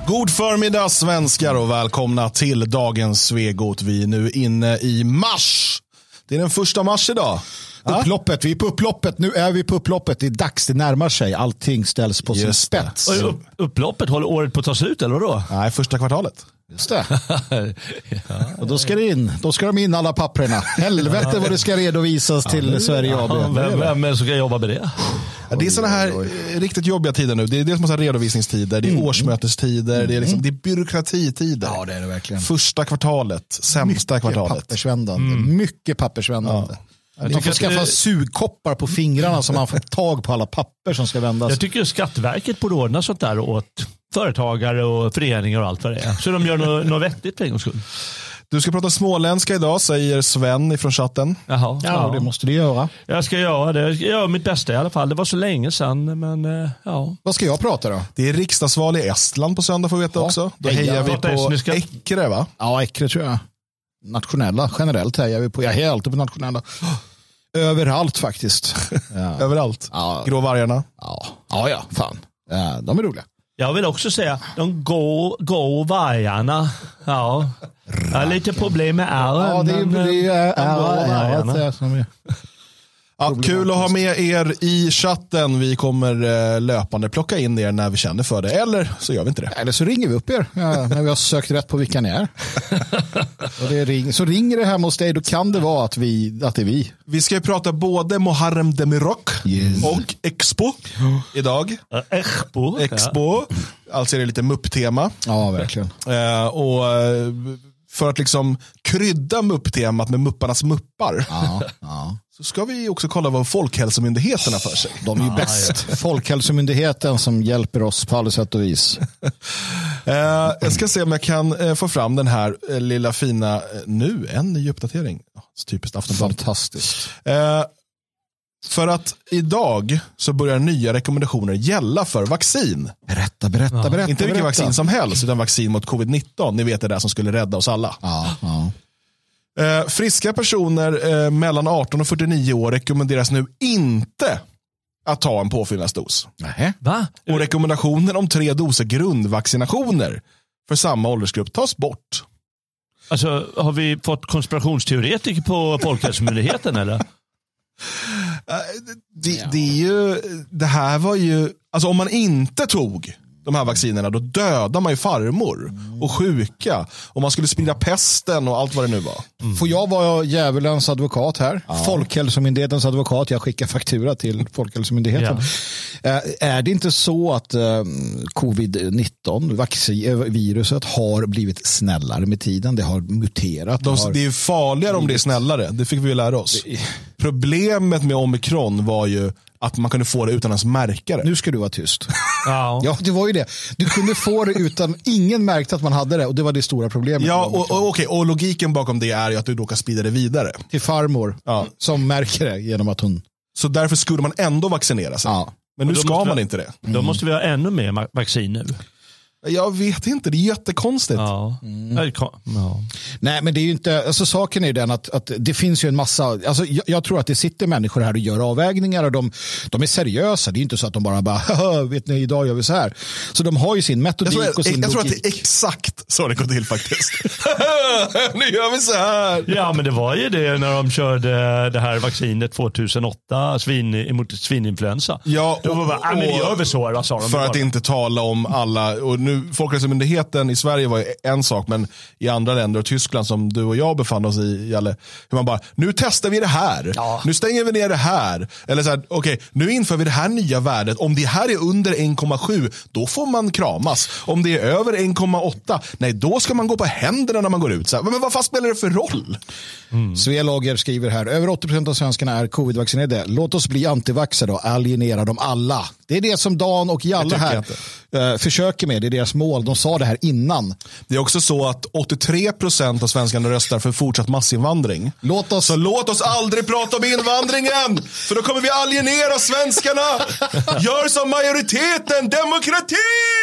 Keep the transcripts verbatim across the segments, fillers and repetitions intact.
God förmiddag svenskar och välkomna till dagens Svegot. Vi är nu inne i mars. Det är den första mars idag. Upploppet, vi är på upploppet. Nu är vi på upploppet. Det är dags, det närmar sig. Allting ställs på sin spets. Och upp, upploppet håller året på att ta slut, eller då? Nej, första kvartalet. Just det. Ja. Och då ska det in. Då ska de in alla papperna. Helvete vad det ska redovisas till ja, Sverige A B. Ja, vem, vem är det som ska jobba med det? Ja, det är sådana här oj, oj. riktigt jobbiga tider nu. Det är dels massa redovisningstider, det är mm. årsmötestider, mm. det är liksom, det är byråkratitider. Ja, det är det verkligen. Första kvartalet, sämsta mycket kvartalet. Pappersvändande. Mm. Mycket pappersvändande. Ja. Man får skaffa det... sugkoppar på fingrarna så man får tag på alla papper som ska vändas. Jag tycker Skatteverket borde ordna sånt där åt företagare och föreningar och allt vad det är. Så de gör något, något vettigt för en gångs skull. Du ska prata småländska idag, säger Sven ifrån chatten. Jaha, ja, ja, det måste du göra. Jag ska göra det. Jag ska göra mitt bästa i alla fall. Det var så länge sedan, men ja. Vad ska jag prata då? Det är riksdagsval i Estland på söndag, får vi veta ja. också. Då hejar jag vi på estniska. Ekre, va? Ja, Ekre tror jag. Nationella, generellt hejar vi på. Jag hejar alltid på nationella. Överallt faktiskt. Ja. Överallt. Ja. Grå vargarna. Ja, ja, ja fan. Ja, de är roliga. Jag vill också säga, de gå, gå vargarna. Ja. Jag har lite problem med ärren. Ja, det är, men, det är, är, är, är, som är. Ja, kul att ha med er i chatten. Vi kommer eh, löpande plocka in er när vi känner för det. Eller så gör vi inte det. Eller så ringer vi upp er ja, när vi har sökt rätt på vilka ni är. Och det ring, så ringer det hemma hos dig, då kan det vara att, vi, att det är vi. Vi ska ju prata både Muharrem Demirok yes. och Expo idag. Uh, Expo. Expo. Ja. Alltså är det lite mupp-tema. Ja, verkligen. Eh, och för att liksom krydda mupp-temat med mupparnas muppar. Ja, ja. Så ska vi också kolla vad Folkhälsomyndigheterna för sig. De är ju bäst. Ja. Folkhälsomyndigheten som hjälper oss på alla sätt och vis. eh, jag ska se om jag kan eh, få fram den här eh, lilla fina, eh, nu en ny uppdatering. Oh, typiskt Aftonbladet. Fantastiskt. Eh, för att idag så börjar nya rekommendationer gälla för vaccin. Berätta, berätta, ja. berätta. Inte vilket berätta. vaccin som helst, utan vaccin mot covid nitton. Ni vet det där som skulle rädda oss alla. Ja, ja. Eh, friska personer eh, mellan arton och fyrtionio år rekommenderas nu inte att ta en påfyllnadsdos. Nähä. Va? Och rekommendationen om tre doser grundvaccinationer för samma åldersgrupp tas bort. Alltså, har vi fått konspirationsteoretiker på Folkhälsomyndigheten eller? Det, det är ju, det här var ju, alltså om man inte tog de här vaccinerna, då dödar man ju farmor och sjuka. Och man skulle sprida pesten och allt vad det nu var. Mm. Får jag vara djävulens advokat här? Ja. Folkhälsomyndighetens advokat. Jag skickar faktura till Folkhälsomyndigheten. Ja. Är det inte så att covid nitton, viruset, har blivit snällare med tiden? Det har muterat. De, det, har... det är farligare om det är snällare. Det fick vi ju lära oss. Det... Problemet med omikron var ju att man kunde få det utan att märka det. Nu ska du vara tyst. Ja. Ja, det var ju det. Du kunde få det utan, ingen märkte att man hade det, och det var det stora problemet. Ja, och, och, okay, och logiken bakom det är ju att du då kan sprida det vidare. Till farmor, ja. Som märker det genom att hon... Så därför skulle man ändå vaccinera sig. Ja. Men nu ska man vi, inte det. Mm. Då måste vi ha ännu mer vaccin nu. Jag vet inte, det är jättekonstigt. Ja. Mm. Ja. Nej, men det är ju inte, alltså saken är ju den att, att det finns ju en massa, alltså jag, jag tror att det sitter människor här och gör avvägningar, och de, de är seriösa. Det är inte så att de bara bara, vet ni, idag gör vi så här. Så de har ju sin metodik jag tror, och sin jag, jag logik. tror att det är exakt så det går till faktiskt. Nu gör vi så här. Ja, men det var ju det när de körde det här vaccinet tjugohundraåtta svin, mot svininfluensa. Ja, och, då var bara, ah, men det gör vi så då, sa de. För att inte tala om alla, och nu Folkhälsomyndigheten i Sverige var en sak, men i andra länder och Tyskland som du och jag befann oss i, Jalle, hur man bara, nu testar vi det här, ja. Nu stänger vi ner det här, eller så här, okej, okay, nu inför vi det här nya värdet, om det här är under en komma sju, då får man kramas, om det är över en komma åtta, nej, då ska man gå på händerna när man går ut, så här, men vad fast spelar det för roll? Mm. Svelager skriver här, över åttio procent av svenskarna är covid-vaccinerade, låt oss bli antivaxare och alienera dem alla. Det är det som Dan och Jalle här uh, försöker med, det är deras mål. De sa det här innan. Det är också så att åttiotre procent av svenskarna röstar för fortsatt massinvandring. Låt oss... Så låt oss aldrig prata om invandringen, för då kommer vi alienera svenskarna. Gör som majoriteten, demokrati!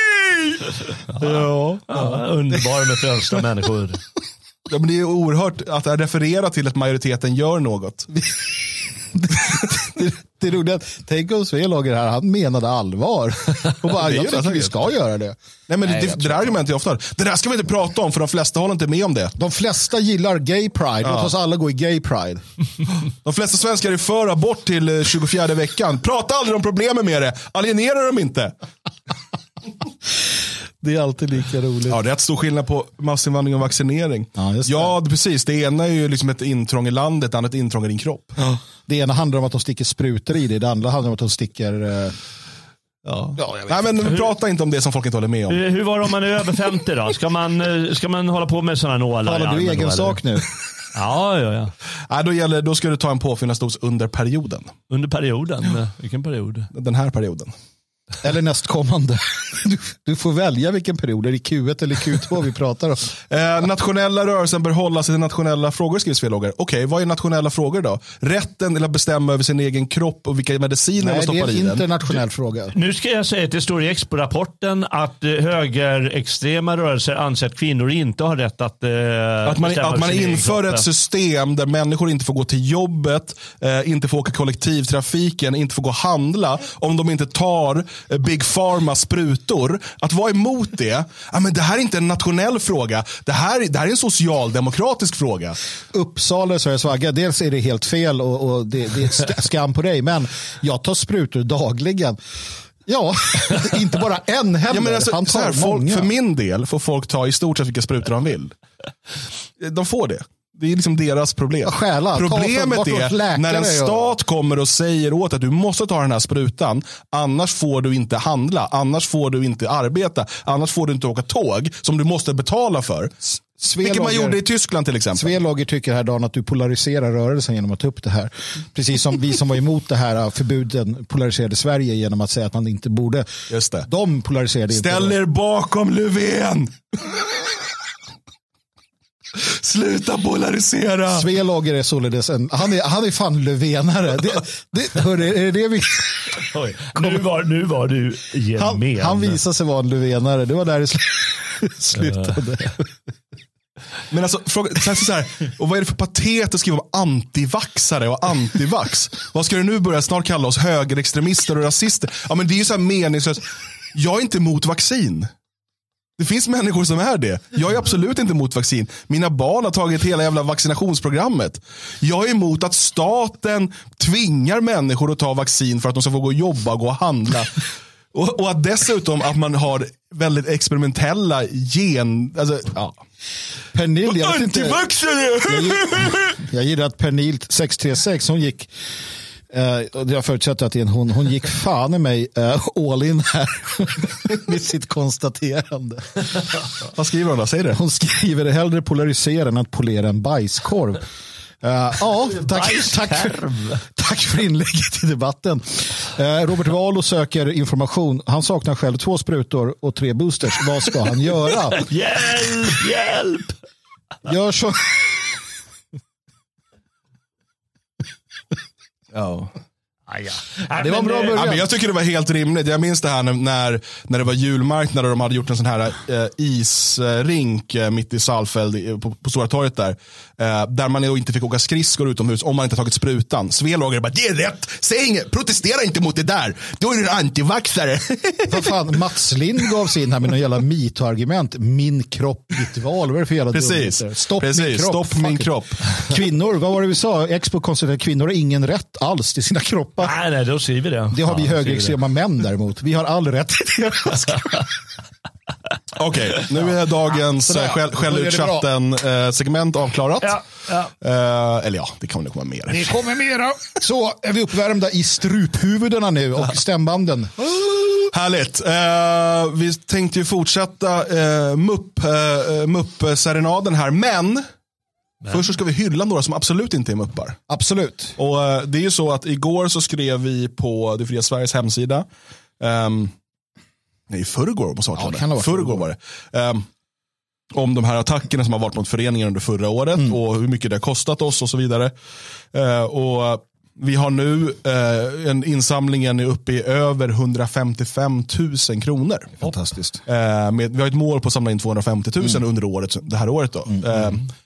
Ja, ja, underbar med frälsta människor. Ja, men det är oerhört att referera till att majoriteten gör något. det, det roliga, tänk om Svelager här, han menade allvar. Och bara, jag tycker vi ska göra det. Nej, men Nej, det, det där argumentet är ofta, det där ska vi inte prata om för de flesta håller inte med om det. De flesta gillar gay pride, ja. Låt oss alla gå i gay pride. De flesta svenskar är för abort till tjugofjärde veckan. Prata aldrig om problemen med det, alienera dem inte. Det är alltid lika roligt. Ja, det är ett stor skillnad på massinvandring och vaccinering. Ja, just det. Ja, precis. Det ena är ju liksom ett intrång i landet, det andra ett intrång i din kropp. Ja. Det ena handlar om att de sticker sprutor i det, det andra handlar om att de sticker... Uh... Ja. Ja, Nej, men hur, prata inte om det som folk inte håller med om. Hur, hur var det om man är över femtio då? Ska man, ska man hålla på med sådana nålar? Talar du egen då, sak nu? Ja, ja, ja. Nej, då, gäller, då ska du ta en påfyllnadsdos under perioden. Under perioden? Vilken period? Den här perioden. Eller nästkommande. Du, du får välja vilken period. Är det Q ett eller Q två vi pratar om? Eh, nationella rörelsen bör hålla sig till nationella frågor, skrivs Svelager. Okej, okay, vad är nationella frågor då? Rätten till att bestämma över sin egen kropp och vilka mediciner man stoppar i den. Nej, det är en internationell fråga. Nu ska jag säga att det står i Expo-rapporten att eh, högerextrema rörelser anser att kvinnor inte har rätt att eh, Att man, att man inför ett system där människor inte får gå till jobbet, eh, inte får åka kollektivtrafiken, inte får gå och handla om de inte tar Big Pharma sprutor. Att vara emot det, ja, men det här är inte en nationell fråga. Det här, det här är en socialdemokratisk fråga. Uppsala, så jag svagga. Dels är det helt fel och, och det, det är skam på dig. Men jag tar sprutor dagligen. Ja, inte bara en heller. Ja, men alltså, Han tar så här, folk, för min del får folk ta i stort sett vilka sprutor de vill. De får det. Det är liksom deras problem. Stjäla, Problemet är när en stat kommer och säger åt att du måste ta den här sprutan, annars får du inte handla, annars får du inte arbeta, annars får du inte åka tåg som du måste betala för. Svelager, vilket man gjorde i Tyskland till exempel. Svelager tycker här dagen att du polariserar rörelsen genom att ta upp det här. Precis som vi som var emot det här förbuden polariserade Sverige genom att säga att man inte borde. Just det. De polariserade inte. Ställ er bakom Löfven! Sluta polarisera. Svelager är således en, han är, han är fan lövenare. Det, det, hörde, är det det vi... Oj, nu, var, nu var du gemen. Han, han visade sig vara en lövenare. Det var där det sl- slutade. Men alltså, fråga, så här, så här, och vad är det för patet att skriva om antivaxare och antivax? Vad ska du nu börja snart kalla oss högerextremister och rasister? Ja, men det är ju så här meningslöst. Jag är inte emot vaccin. Det finns människor som är det. Jag är absolut inte emot vaccin. Mina barn har tagit hela jävla vaccinationsprogrammet. Jag är emot att staten tvingar människor att ta vaccin för att de ska få gå och jobba och gå och handla. Och, och att dessutom att man har väldigt experimentella gen... Alltså, ja. Pernil, jag vet inte... Jag, jag gillar att Pernil sex tre sex, hon gick... Uh, jag förutsätter att det är en hon. Hon gick fan i mig uh, all in här med sitt konstaterande. Vad skriver hon då? Säg det. Hon skriver hellre polarisera än att polera en bajskorv. Uh, ja, tack, tack, för, tack för inlägget i debatten. Uh, Robert Walo söker information. Han saknar själv två sprutor och tre boosters. Vad ska han göra? Hjälp, hjälp! Gör så... Ja. Ah, ja. Det var en bra början. Ja, men jag tycker det var helt rimligt. Jag minns det här när, när det var julmarknad och de hade gjort en sån här eh, isrink eh, mitt i Salfeld på, på Stora torget där. Eh, där man inte fick åka skridskor utomhus om man inte tagit sprutan. Svelager bara, det är rätt. Säg inget, protestera inte mot det där. Då är du en antivaxare. Vad fan, Mats Lind gav sig in här med någon jävla mito-argument. Min kropp, mitt val. Vad är det för jävla Precis. Stopp Precis. min kropp. Stopp min kropp. Kvinnor, vad var det vi sa? Expo konstaterar att kvinnor har ingen rätt alls till sina kroppar. Nej, nej, då ser vi det. Det har vi ja, högerextrema män däremot. Vi har all rätt till det. Okej, okay, nu är dagens ja, skäll, skällutchatten eh, segment avklarat. Ja, ja. Eh, eller ja, det kommer nog komma mer. Det kommer mera. Så är vi uppvärmda i struphuvudena nu och stämbanden. Härligt. Eh, vi tänkte ju fortsätta eh, mupp, eh, mupp-serenaden här, men... Men. Först så ska vi hylla några som absolut inte är muppar. Absolut. Och uh, det är ju så att igår så skrev vi på Det fria Sveriges hemsida. Um, nej, förrgår måste ja, det vara. Förrgår var det. Um, om de här attackerna som har varit mot föreningen under förra året mm. och hur mycket det har kostat oss och så vidare. Uh, och vi har nu uh, en insamlingen är uppe i över hundrafemtiofem tusen kronor. Fantastiskt. Uh, med, vi har ett mål på att samla in tvåhundrafemtio tusen mm. under året, det här året då. Mm. Uh,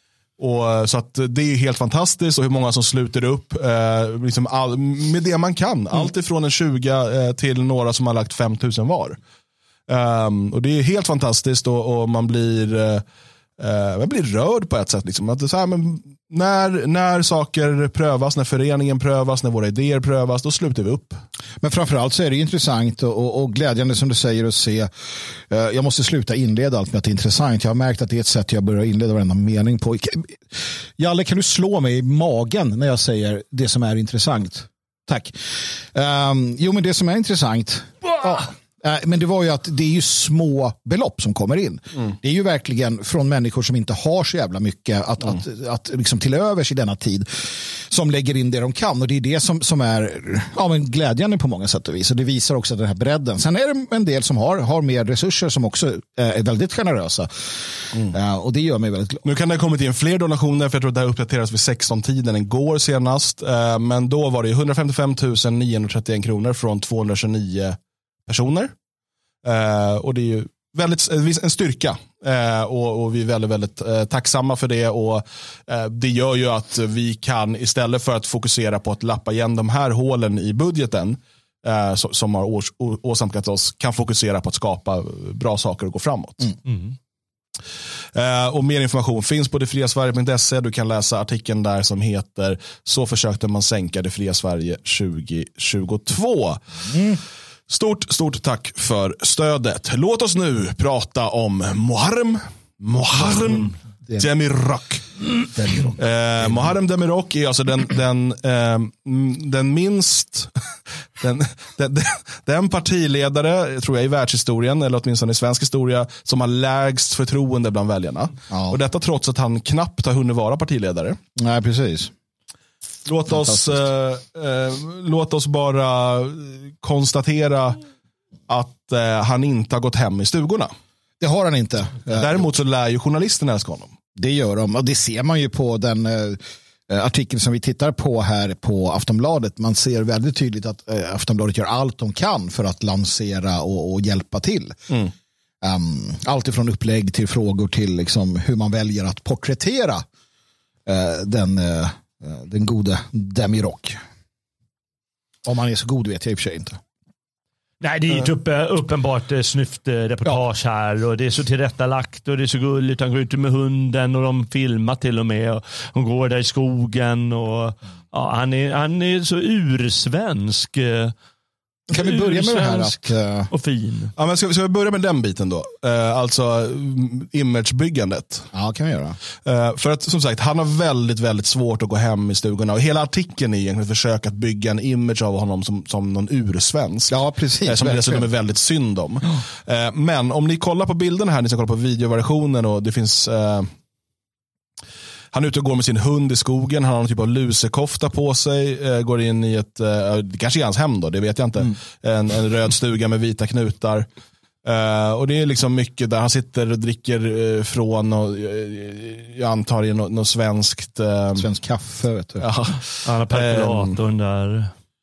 Och, så att det är helt fantastiskt och hur många som sluter upp eh, liksom all, med det man kan. Mm. Allt ifrån en tjugo eh, till några som har lagt fem tusen var. Um, och det är helt fantastiskt och, och man blir eh, man blir rörd på ett sätt. Liksom. Att det är så här, men när, när saker prövas, när föreningen prövas, när våra idéer prövas, då slutar vi upp. Men framförallt så är det intressant och, och, och glädjande som du säger att se. Uh, jag måste sluta inleda allt med att det är intressant. Jag har märkt att det är ett sätt jag börjar inleda varenda mening på. Jalle, kan du slå mig i magen när jag säger det som är intressant? Tack. Um, jo, men det som är intressant... Ja. Men det var ju att det är ju små belopp som kommer in. Mm. Det är ju verkligen från människor som inte har så jävla mycket att, mm. att, att liksom till övers i denna tid som lägger in det de kan. Och det är det som, som är ja, men glädjande på många sätt och vis. Och det visar också den här bredden. Sen är det en del som har, har mer resurser som också är väldigt generösa. Mm. Uh, och det gör mig väldigt glad. Nu kan det ha kommit in fler donationer för jag tror att det här uppdateras vid sexton-tiden igår senast. Uh, men då var det hundrafemtiofem tusen niohundratrettioen kronor från tvåhundratjugonio personer. Uh, och det är ju väldigt, en styrka uh, och, och vi är väldigt, väldigt uh, tacksamma för det och uh, det gör ju att vi kan istället för att fokusera på att lappa igen de här hålen i budgeten uh, som, som har års, å, åsamkat oss kan fokusera på att skapa bra saker och gå framåt. Mm. Mm. Uh, och mer information finns på det fria sverige punkt se. Du kan läsa artikeln där som heter Så försökte man sänka det fria Sverige tjugo tjugotvå. Mm. Stort, stort tack för stödet. Låt oss nu prata om Muharrem Muharrem Demirok. Eh, Muharrem Demirok är alltså den, den, eh, den minst den, den, den partiledare, tror jag, i världshistorien eller åtminstone i svensk historia som har lägst förtroende bland väljarna. Ja. Och detta trots att han knappt har hunnit vara partiledare. Nej, precis. Låt oss, eh, eh, låt oss bara konstatera att eh, han inte har gått hem i stugorna. Det har han inte. Däremot så lär ju journalisterna älska honom. Det gör de och det ser man ju på den eh, artikeln som vi tittar på här på Aftonbladet. Man ser väldigt tydligt att eh, Aftonbladet gör allt de kan för att lansera och, och hjälpa till. Mm. Um, allt ifrån upplägg till frågor till liksom, hur man väljer att porträttera eh, den... Eh, den gode Demirok. Om han är så god vet jag i och för sig inte. Nej, det är ju typ uppenbart snyftreportage ja. här och det är så tillrättalagt och det är så gulligt. Han går ut med hunden och de filmar till och med och hon går där i skogen och ja, han, är, han är så ursvensk. Kan vi börja med det här att, och fin. Ja, men ska, vi, ska vi börja med den biten då? Uh, alltså imagebyggandet. Ja, kan vi göra. Uh, för att som sagt, han har väldigt, väldigt svårt att gå hem i stugorna. Och hela artikeln är egentligen ett försök att bygga en image av honom som, som någon ursvensk. Ja, precis. Uh, som dessutom är väldigt synd om. Uh, men om ni kollar på bilderna här, ni ska kolla på videoversionen och det finns... Uh, Han är ute och går med sin hund i skogen. Han har en typ av lusekofta på sig. Eh, går in i ett, eh, det kanske är hans hem då, det vet jag inte. Mm. En, en röd stuga med vita knutar. Eh, och det är liksom mycket där han sitter och dricker eh, från och eh, jag antar i något, något svenskt. Eh, Svensk kaffe vet du. Ja. Han har perkulatorn eh, där.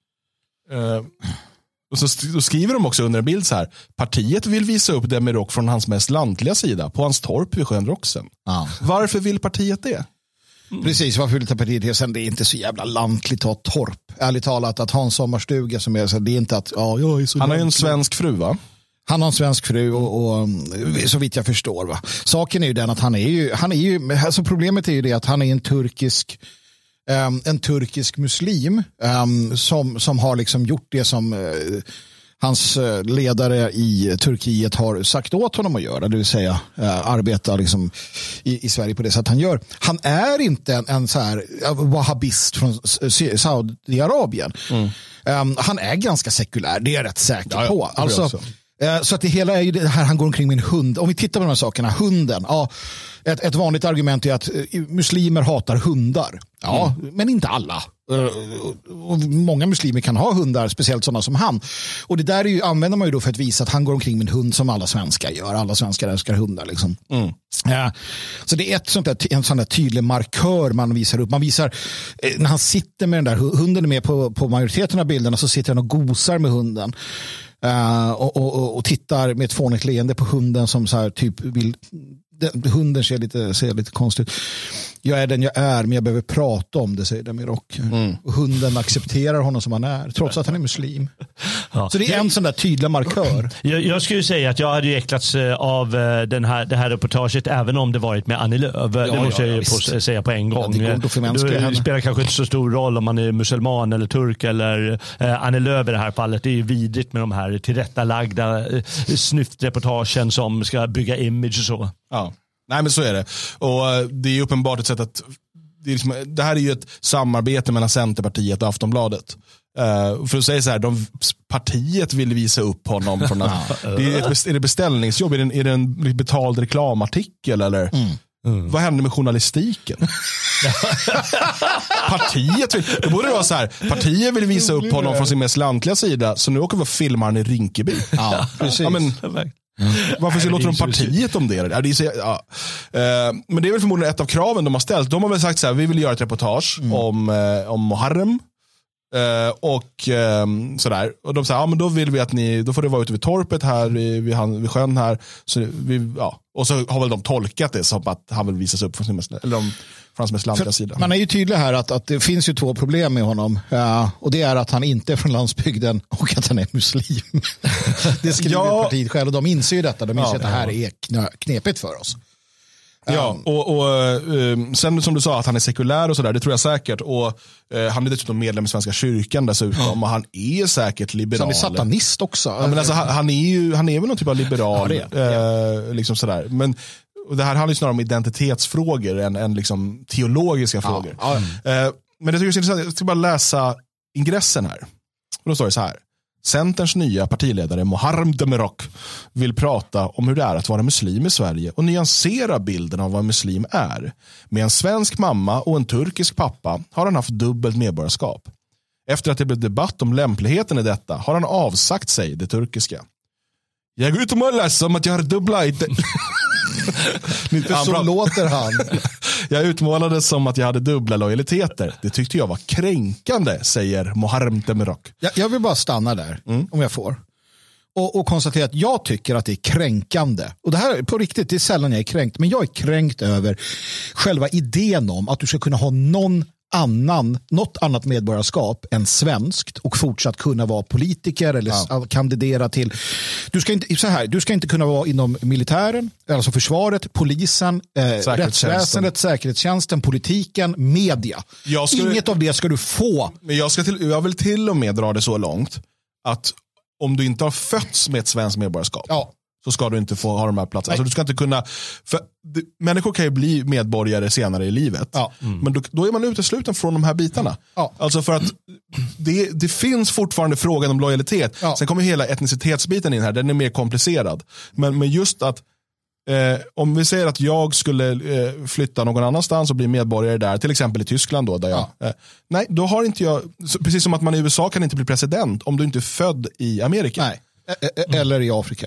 Eh, och så skriver de också under en bild så här. Partiet vill visa upp Demirok från hans mest lantliga sida på hans torp vid sjön Roxen. Ja. Varför vill partiet det? Mm. Precis, varför vill partiet det? Sen det är inte så jävla lantligt att ha torp. Ärligt talat, att ha en sommarstuga som är så det är inte att ja, jag är så. Han har ju en svensk fru va? Han har en svensk fru och, och så vitt jag förstår va. Saken är ju den att han är ju, han är ju alltså problemet är ju det att han är en turkisk um, en turkisk muslim um, som, som har liksom gjort det som uh, hans ledare i Turkiet har sagt åt honom att göra, det vill säga äh, arbeta liksom i, i Sverige på det sätt han gör. Han är inte en, en så här wahhabist från Saudiarabien. Mm. Um, han är ganska sekulär, det är jag rätt säker ja, på. Ja, alltså, äh, så att det hela är ju det här, han går omkring med en hund. Om vi tittar på de här sakerna, hunden, ja, ett, ett vanligt argument är att uh, muslimer hatar hundar. Ja, mm. men inte alla. Och många muslimer kan ha hundar, speciellt sådana som han. Och det där är ju, använder man ju då för att visa att han går omkring med en hund som alla svenskar gör. Alla svenskar älskar hundar liksom. Mm. Ja. Så det är ett sånt där, en sån där tydlig markör man visar upp. Man visar, när han sitter med den där hunden är med på, på majoriteten av bilderna så sitter han och gosar med hunden. Uh, och, och, och tittar med ett fånigt leende på hunden som så här typ vill den, hunden ser lite, ser lite konstigt. Jag är den jag är, men jag behöver prata om det, säger Demirok. Mm. Och hunden accepterar honom som han är, trots att han är muslim. Ja. Så det är en sån där tydlig markör. Jag, jag skulle säga att jag hade ju äcklats av den här, det här reportaget, även om det varit med Annie Lööf. Ja, det måste ja, jag på, säga på en gång. Ja, det, det spelar kanske inte så stor roll om man är muselman eller turk eller eh, Annie Lööf i det här fallet. Det är ju vidrigt med de här tillrättalagda eh, snyftreportagen som ska bygga image och så. Ja. Nej, men så är det. Och det är uppenbart ett sätt att det, är liksom, det här är ju ett samarbete mellan Centerpartiet och Aftonbladet. Uh, för att säga så här, de, partiet vill visa upp honom från att, det är, ett, är det beställningsjobb? Är det en, är det en betald reklamartikel eller? Mm. Mm. Vad händer med journalistiken? Partiet vill, det borde vara så här, partiet vill visa upp honom från sin mest lantliga sida, så nu åker vi och filmar han i Rinkeby. Ja, precis. Ja, men, Mm. varför så låter de partiet om det? Ja, det är så, ja. uh, men det är väl förmodligen ett av kraven de har ställt. De har väl sagt så här, vi vill göra ett reportage mm. om, uh, om Muharrem uh, och um, sådär. Och de säger, ja men då vill vi att ni, då får det vara ute vid torpet här vid, vid, han, vid sjön här. Så vi, ja. Och så har väl de tolkat det som att han vill visas upp från sin mest, eller de, från sin mest lantliga sida. Man är ju tydlig här att, att det finns ju två problem med honom. Ja, och det är att han inte är från landsbygden och att han är muslim. Det skriver ja. partiet själv och de inser ju detta. De inser ja, att det här är knepigt för oss. Ja, och, och uh, sen som du sa att han är sekulär och sådär, det tror jag säkert. Och uh, han är dessutom medlem i Svenska kyrkan dessutom. Ja. Och han är säkert liberal. Så han är satanist också. Ja, men alltså, han, han, är ju, han är väl någon typ av liberal. Ja, det är. Uh, liksom sådär. Men och det här handlar ju snarare om identitetsfrågor än, än liksom teologiska ja. frågor. Ja. Uh, men det tycker jag är intressant. Jag ska bara läsa ingressen här. Och då står det så här. Centerns nya partiledare Muharrem Demirok vill prata om hur det är att vara muslim i Sverige och nyansera bilden av vad muslim är. Med en svensk mamma och en turkisk pappa har han haft dubbelt medborgarskap. Efter att det blev debatt om lämpligheten i detta har han avsagt sig det turkiska. Jag går ut och målas som att jag har dubbla i För så låter han. Jag utmålades som att jag hade dubbla lojaliteter. Det tyckte jag var kränkande, säger Muharrem Demirok. Jag, jag vill bara stanna där, mm. om jag får. Och, och konstatera att jag tycker att det är kränkande. Och det här på riktigt, det är sällan jag är kränkt. Men jag är kränkt över själva idén om att du ska kunna ha någon annan, något annat medborgarskap än svenskt och fortsatt kunna vara politiker eller ja. kandidera till. Du ska inte så här, du ska inte kunna vara inom militären, alltså försvaret, polisen, eh, rättsväsendet, säkerhetstjänsten, politiken, media. Skulle, Inget av det ska du få. Men jag ska till, jag vill till och med dra det så långt att om du inte har fötts med ett svenskt medborgarskap. Ja. Så ska du inte få ha de här platserna. Alltså du ska inte kunna, för det, människor kan ju bli medborgare senare i livet. Ja. Mm. Men då, då är man utesluten från de här bitarna. Ja. Alltså för att det, det finns fortfarande frågan om lojalitet. Ja. Sen kommer hela etnicitetsbiten in här. Den är mer komplicerad. Men, men just att eh, om vi säger att jag skulle eh, flytta någon annanstans och bli medborgare där, till exempel i Tyskland då, där jag, ja. eh, nej, då har inte jag, precis som att man i U S A kan inte bli president om du inte är född i Amerika. Nej. Eller i Afrika.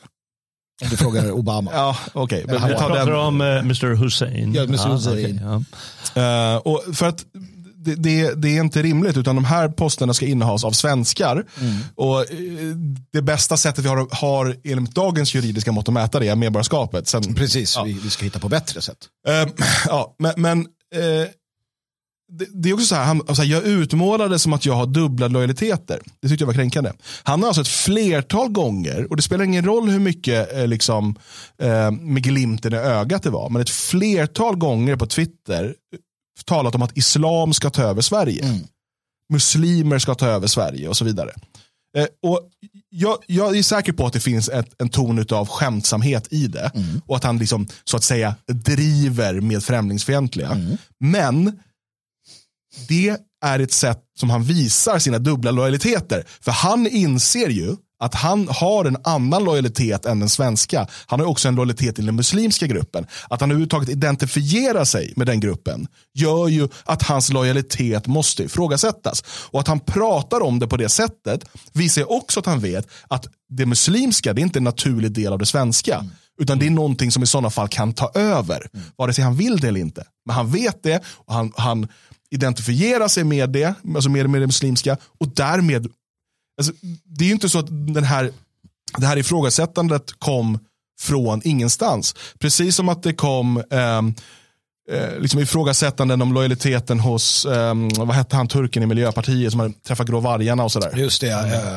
Du frågar Obama. Ja, okej. Okay. Vi pratar den... om uh, mister Hussein. Ja, mister Hussein. Ah, okay, ja. uh, och för att det, det, det är inte rimligt, utan de här posterna ska innehas av svenskar. Mm. Och uh, det bästa sättet vi har, har enligt dagens juridiska mått att mäta det är medborgarskapet. Sen, Precis, ja. vi, vi ska hitta på bättre sätt. Uh, ja, men... men uh, Det, det är också så här, han, alltså jag utmålade som att jag har dubbla lojaliteter. Det tyckte jag var kränkande. Han har alltså ett flertal gånger, och det spelar ingen roll hur mycket eh, liksom, eh, med glimten i ögat det var, men ett flertal gånger på Twitter talat om att islam ska ta över Sverige. Mm. Muslimer ska ta över Sverige och så vidare. Eh, och jag, jag är säker på att det finns ett, en ton av skämtsamhet i det. Mm. Och att han liksom, så att säga, driver med främlingsfientliga. Mm. Men det är ett sätt som han visar sina dubbla lojaliteter. För han inser ju att han har en annan lojalitet än den svenska. Han har också en lojalitet till den muslimska gruppen. Att han överhuvudtaget identifierar sig med den gruppen gör ju att hans lojalitet måste ifrågasättas. Och att han pratar om det på det sättet visar också att han vet att det muslimska, det är inte en naturlig del av det svenska. Mm. Utan det är någonting som i sådana fall kan ta över. Mm. Vare sig han vill det eller inte. Men han vet det och han... han identifiera sig med det, alltså med, med det muslimska, och därmed, alltså, det är ju inte så att den här, det här ifrågasättandet kom från ingenstans. Precis som att det kom eh, eh, liksom ifrågasättanden om lojaliteten hos eh, vad hette han, turken i Miljöpartiet som hade träffat gråvargarna och sådär. Just det.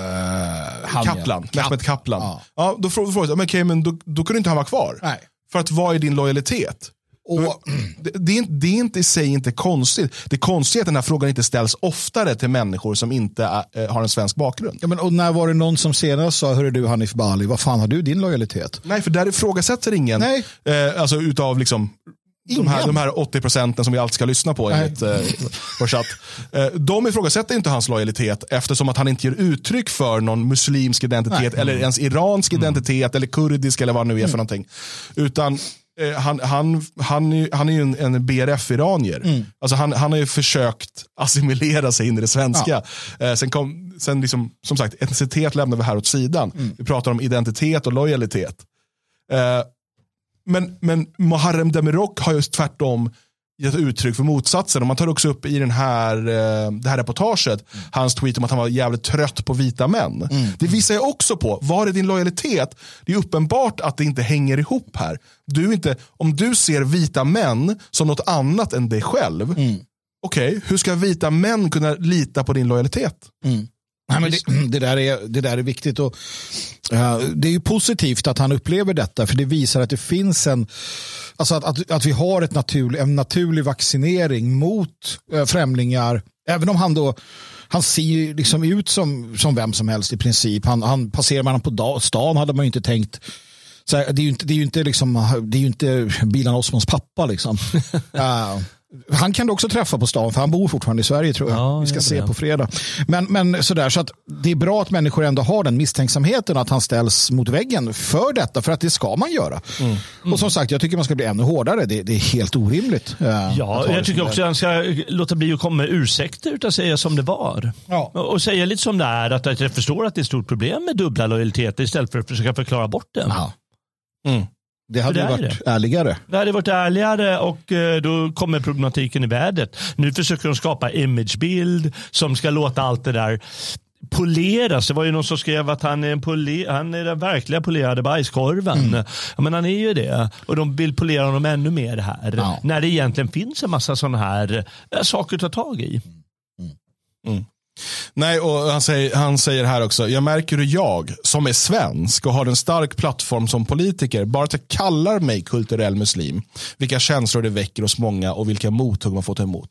Uh, Kaplan, Mehmet Kaplan. Ja. Ja, då frågade jag, men, okay, men då, då kunde inte han vara kvar. Nej. För att vad är din lojalitet? Och det, det, är, det är inte i sig inte konstigt. Det är konstigt att den här frågan inte ställs oftare till människor som inte är, har en svensk bakgrund. Ja, men, och när var det någon som senast sa, hörru du Hanif Bali, vad fan har du din lojalitet? Nej, för där ifrågasätter ingen. Nej. Eh, alltså utav liksom de här, de här åttio procenten som vi alltid ska lyssna på enligt eh, chatt. Eh, de ifrågasätter inte hans lojalitet eftersom att han inte ger uttryck för någon muslimsk identitet Nej. eller ens iransk mm. identitet eller kurdisk eller vad det nu är mm. för någonting. Utan eh, han, han, han, han är ju en, en B R F-iranier. Mm. Alltså han, han har ju försökt assimilera sig in i det svenska. Ja. Eh, sen kom, sen liksom, som sagt, etnicitet lämnar vi här åt sidan. Mm. Vi pratar om identitet och lojalitet. Eh, Men, men Muharrem Demirok har just tvärtom gett uttryck för motsatsen. Och man tar också upp i den här, det här reportaget mm. hans tweet om att han var jävligt trött på vita män. Mm. Det visar jag också på. Var är din lojalitet? Det är uppenbart att det inte hänger ihop här. Du inte, om du ser vita män som något annat än dig själv, mm. okej, okay, hur ska vita män kunna lita på din lojalitet? Mm. Nej, men det, det, där är, det där är viktigt och uh, det är ju positivt att han upplever detta för det visar att det finns en alltså att, att, att vi har ett naturlig, en naturlig vaccinering mot uh, främlingar även om han då han ser liksom ut som, som vem som helst i princip. Han, han passerar man på dag, stan hade man ju inte tänkt så här, det är ju inte, det är ju inte liksom det är ju inte Bilan Osmans pappa liksom. uh, Han kan du också träffa på stan för han bor fortfarande i Sverige tror jag. Ja, vi ska se det på fredag. Men, men sådär så att det är bra att människor ändå har den misstänksamheten att han ställs mot väggen för detta för att det ska man göra. Mm. Mm. Och som sagt jag tycker man ska bli ännu hårdare. Det, det är helt orimligt. Ja, jag tycker också att han ska låta bli att komma med ursäkter utan att säga som det var. Ja. Och, och säga lite som det är att jag förstår att det är ett stort problem med dubbla lojaliteter istället för att försöka förklara bort det. Ja. Mm. Det hade det varit det. ärligare. Det hade varit ärligare och eh, då kommer problematiken i världen. Nu försöker de skapa imagebild som ska låta allt det där poleras. Det var ju någon som skrev att han är, en pole- han är den verkliga polerade bajskorven. Mm. Ja, men han är ju det. Och de vill polera honom ännu mer här. Ja. När det egentligen finns en massa sådana här äh, saker att ta tag i. Mm. Mm. Nej, och han säger, han säger här också, jag märker hur jag, som är svensk och har en stark plattform som politiker, bara att jag kallar mig kulturell muslim, vilka känslor det väcker hos många och vilka mothugg man får ta emot.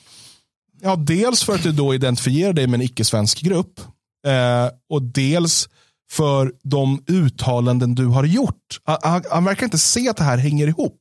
Ja, dels för att du då identifierar dig med en icke-svensk grupp eh, och dels för de uttalanden du har gjort. Han, han verkar inte se att det här hänger ihop.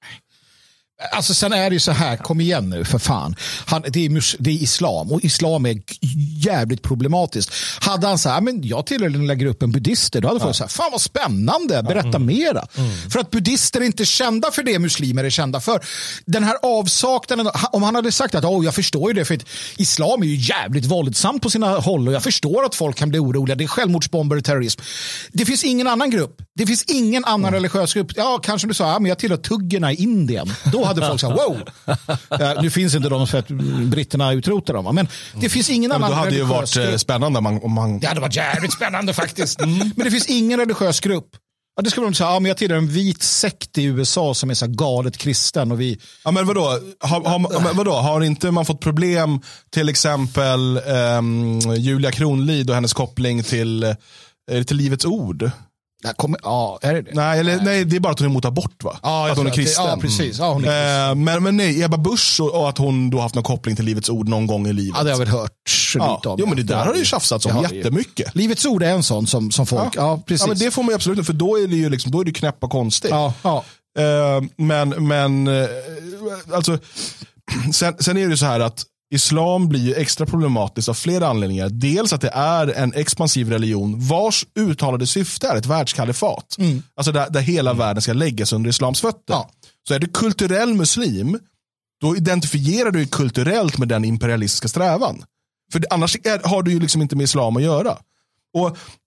Alltså sen är det ju så här, kom igen nu för fan. Han, det, är, det är islam och islam är jävligt problematiskt. Hade han så här, men jag tillhör den lilla gruppen buddhister, då hade folk ja. så här, fan vad spännande, berätta mm. mera. Mm. För att buddhister är inte kända för det muslimer är kända för. Den här avsaknaden, om han hade sagt att oh, jag förstår ju det, för att islam är ju jävligt våldsamt på sina håll och jag förstår att folk kan bli oroliga, det är självmordsbomber och terrorism. Det finns ingen annan grupp, det finns ingen annan mm. religiös grupp. Ja, kanske du sa, ja, men jag tillhör tuggerna i Indien. Då hade folk sagt, wow. uh, nu finns inte de för att britterna utrotar dem. Men det finns ingen ja, annan religiös grupp. Det hade ju varit grupp. Spännande om man, om man... Det hade varit jävligt spännande faktiskt. Mm. Men det finns ingen religiös grupp. Ja, det ska man säga, ja, men jag tillhör en vit sekt i U S A som är så galet kristen och vi... Ja, men vadå? Har, har, vadå? Har inte man fått problem till exempel um, Julia Kronlid och hennes koppling till, till Livets ord? Kommer, ja, är det det? Nej, eller, nej. nej, det är bara att hon är emot abort va? Ja, att hon är kristen. Ja, precis. Ja, hon är kristen. Eh, men, men nej, Ebba Busch och, och att hon då haft någon koppling till Livets ord någon gång i livet. Ja, det har jag väl hört ja. lite om. Jo, men det där ja, har det ju tjafsats om jättemycket. Livets ord är en sån som, som folk, ja. ja, precis. Ja, men det får man ju absolut, för då är det ju liksom, då är det knäppa konstigt. Ja, ja. Eh, men, men, eh, alltså, sen, sen är det ju så här att islam blir ju extra problematiskt av flera anledningar. Dels att det är en expansiv religion vars uttalade syfte är ett världskalifat. Mm. Alltså där, där hela mm. världen ska läggas under islams fötter. Ja. Så är du kulturell muslim, då identifierar du kulturellt med den imperialistiska strävan. För det, annars är, har du ju liksom inte med islam att göra. Och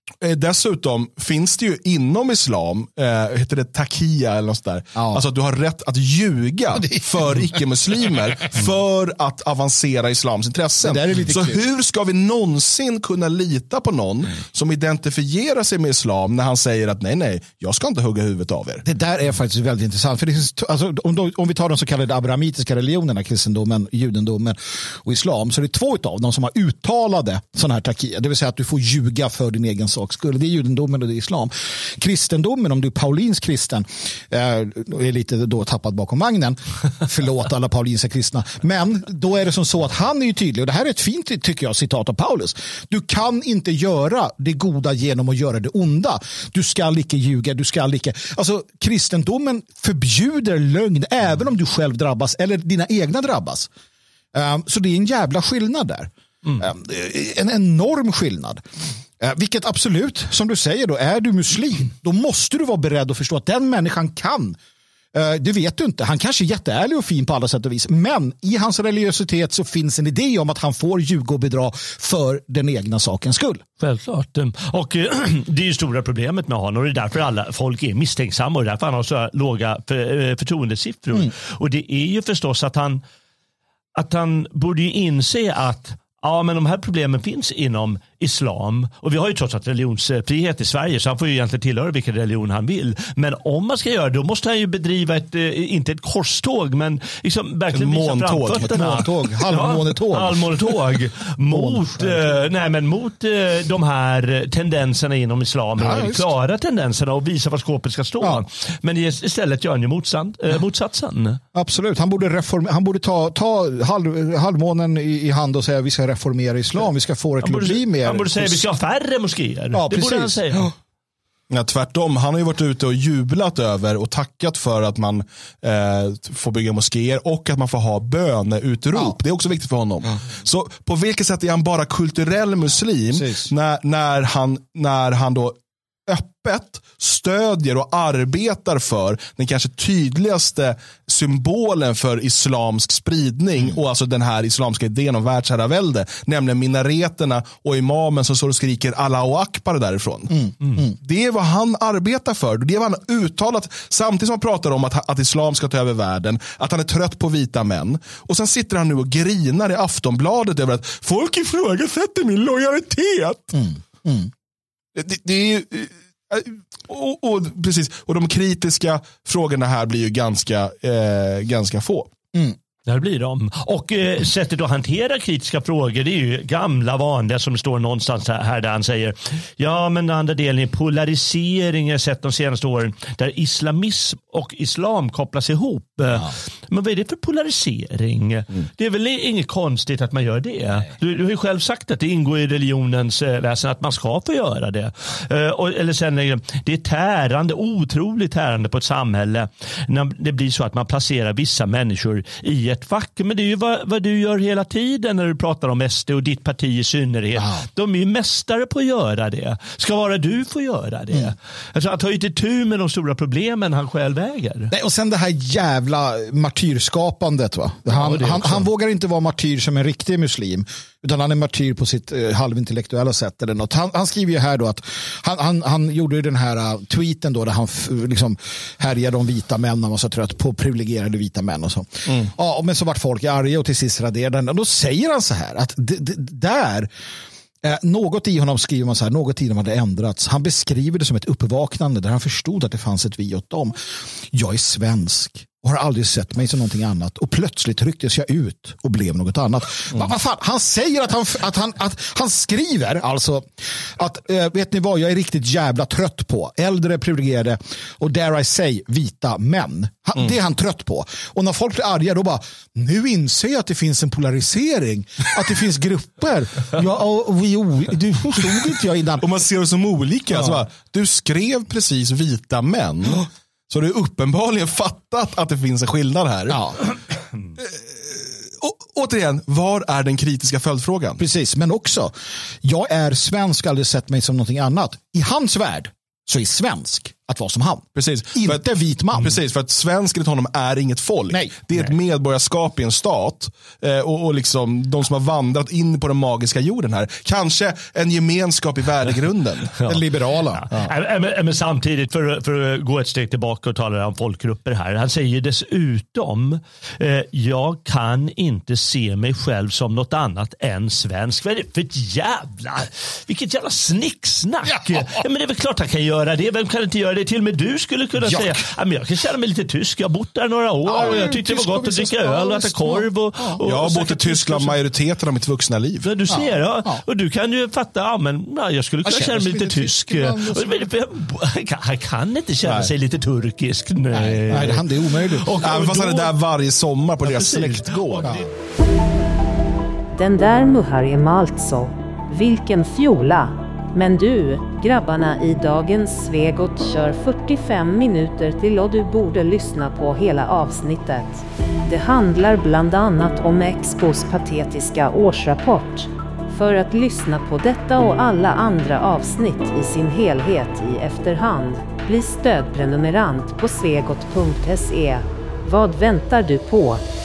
Eh, dessutom finns det ju inom islam, eh, heter det takia eller något där. Ja. Alltså att du har rätt att ljuga för icke-muslimer för att avancera islams intressen. Så kul. Hur ska vi någonsin kunna lita på någon mm. som identifierar sig med islam när han säger att nej, nej, jag ska inte hugga huvudet av er. Det där är faktiskt väldigt intressant. För det finns, alltså, om, då, om vi tar de så kallade abrahamitiska religionerna, kristendomen, judendomen och islam, så är det två av dem som har uttalade sådana här takia. Det vill säga att du får ljuga för din egen sak. Skulle det är judendomen och det är islam. Kristendomen, om du är Paulins kristen, är lite då tappad bakom vagnen. Förlåt alla paulinska kristna. Men då är det som så att han är ju tydlig, och det här är ett fint, tycker jag, citat av Paulus. Du kan inte göra det goda genom att göra det onda. Du ska icke ljuga, du ska icke... Alltså, kristendomen förbjuder lögn även om du själv drabbas eller dina egna drabbas. Um, så det är en jävla skillnad där. Mm. Um, en enorm skillnad. Uh, vilket absolut, som du säger då, är du muslim, då måste du vara beredd att förstå att den människan kan. Uh, det vet du inte. Han kanske är jätteärlig och fin på alla sätt och vis. Men i hans religiositet så finns en idé om att han får ljuga och bedra för den egna sakens skull. Självklart. Och äh, det är ju stora problemet med honom. Och det är därför alla folk är misstänksamma. Och därför han har så låga för, förtroendesiffror. Mm. Och det är ju förstås att han att han borde ju inse att ja, men de här problemen finns inom islam. Och vi har ju trots allt religionsfrihet i Sverige, så han får ju egentligen tillhöra vilken religion han vill. Men om man ska göra det, då måste han ju bedriva ett, inte ett korståg, men liksom verkligen visa framfötterna. Ett måntåg, halvmånetåg. Ja, halvmånetåg. mot, eh, nej, men mot eh, de här tendenserna inom islam. Ja, klara tendenserna och visa var skåpet ska stå. Ja. Men istället gör han ju motsats, eh, motsatsen. Absolut. Han borde, reform, han borde ta, ta halv, halvmånen i, i hand och säga vi ska reformera islam, vi ska få det till att bli mer. Han borde säga att vi ska ha färre moskéer. Ja, det precis. borde han säga. Ja. Ja, tvärtom. Han har ju varit ute och jublat över och tackat för att man eh, får bygga moskéer och att man får ha böneutrop. Ja. Det är också viktigt för honom. Ja. Så på vilket sätt är han bara kulturell muslim när, när, han, när han då öppet stödjer och arbetar för den kanske tydligaste symbolen för islamsk spridning mm. och alltså den här islamska idén om världsherravälde, nämligen minareterna och imamen som står och skriker Allahu Akbar därifrån. Mm. Mm. Det är vad han arbetar för. Det är vad han uttalat, samtidigt som han pratar om att, att islam ska ta över världen, att han är trött på vita män. Och sen sitter han nu och grinar i Aftonbladet över att folk ifrågasätter min lojalitet. Mm. Mm. Det, det är ju och, och, precis, och de kritiska frågorna här blir ju ganska, eh, ganska få. Mm. Där blir de. Och eh, sättet att hantera kritiska frågor, det är ju gamla vanliga som står någonstans här där han säger ja, men den andra delen är polarisering jag har sett de senaste åren där islamism och islam kopplas ihop. Ja. Men vad är det för polarisering? Mm. Det är väl inget konstigt att man gör det. Du, du har ju själv sagt att det ingår i religionens eh, väsen att man ska få göra det. Eh, och, eller sen det är tärande, otroligt tärande på ett samhälle när det blir så att man placerar vissa människor i ett fack, men det är ju vad, vad du gör hela tiden när du pratar om S D och ditt parti i synnerhet. Wow. De är ju mästare på att göra det. Ska vara du få göra det. Mm. Alltså, att ta inte tur med de stora problemen han själv äger. Nej, och sen det här jävla martyrskapandet, va? Han, ja, han, han vågar inte vara martyr som en riktig muslim, utan han är martyr på sitt eh, halvintellektuella sätt eller något. Han, han skriver ju här då att han, han, han gjorde ju den här uh, tweeten då där han f- liksom härjade om vita män, han var så trött på privilegierade vita män och så. Mm. Ja, men så vart folk arga och till sist raderade den. Och då säger han så här att d- d- där Eh, något i honom skriver man så här, något i honom hade ändrats. Han beskriver det som ett uppvaknande där han förstod att det fanns ett vi åt dem. Jag är svensk och har aldrig sett mig som någonting annat. Och plötsligt rycktes jag ut och blev något annat. Mm. Vad fan? Han säger att han, att han, att han skriver alltså att, äh, vet ni vad, jag är riktigt jävla trött på äldre privilegierade och dare I say vita män. Han, mm. Det är han trött på. Och när folk blir arga då bara, nu inser jag att det finns en polarisering. Att det finns grupper. Ja, och vi, du förstod inte jag innan. Och man ser det som olika. Ja. Alltså bara, du skrev precis vita män. Ja. Så du är uppenbarligen fattat att det finns en skillnad här. Ja. Å- återigen, var är den kritiska följdfrågan? Precis, men också, jag är svensk, aldrig sett mig som någonting annat. I hans värld så är svensk att vara som han. Precis. Inte för att, vit man. Precis, för att svensk enligt honom är inget folk. Nej. Det är Nej. ett medborgarskap i en stat. Eh, och, och liksom de som har vandrat in på den magiska jorden här. Kanske en gemenskap i värdegrunden. Ja. Den liberala. Ja. Ja. Men, men samtidigt, för, för att gå ett steg tillbaka och tala om folkgrupper här. Han säger dessutom, eh, jag kan inte se mig själv som något annat än svensk. Vad är det för ett jävla, vilket jävla snicksnack. Ja. Ja, men det är väl klart han kan göra det. Vem kan inte göra det? Till och med du skulle kunna ja. säga, ja, men jag kan känna mig lite tysk. Jag har bott där några år ja, och jag tyckte det var gott att dricka öl och äta korv. Och, ja. och, jag har och bott i Tyskland majoriteten av mitt vuxna liv. Ja, du ser, ja. Ja. Och du kan ju fatta, ja, men ja, jag skulle kunna jag känna mig lite tysk. Han kan inte känna Nej. sig lite turkisk. Nej, Nej det, det är omöjligt. Och, Även fast han är där varje sommar på ja, deras släktgård. Ja. Den där Muharrem alltså. Vilken fjola. Men du, grabbarna i dagens Svegot kör fyrtiofem minuter till och du borde lyssna på hela avsnittet. Det handlar bland annat om Expos patetiska årsrapport. För att lyssna på detta och alla andra avsnitt i sin helhet i efterhand, bli stödprenumerant på svegot punkt se. Vad väntar du på?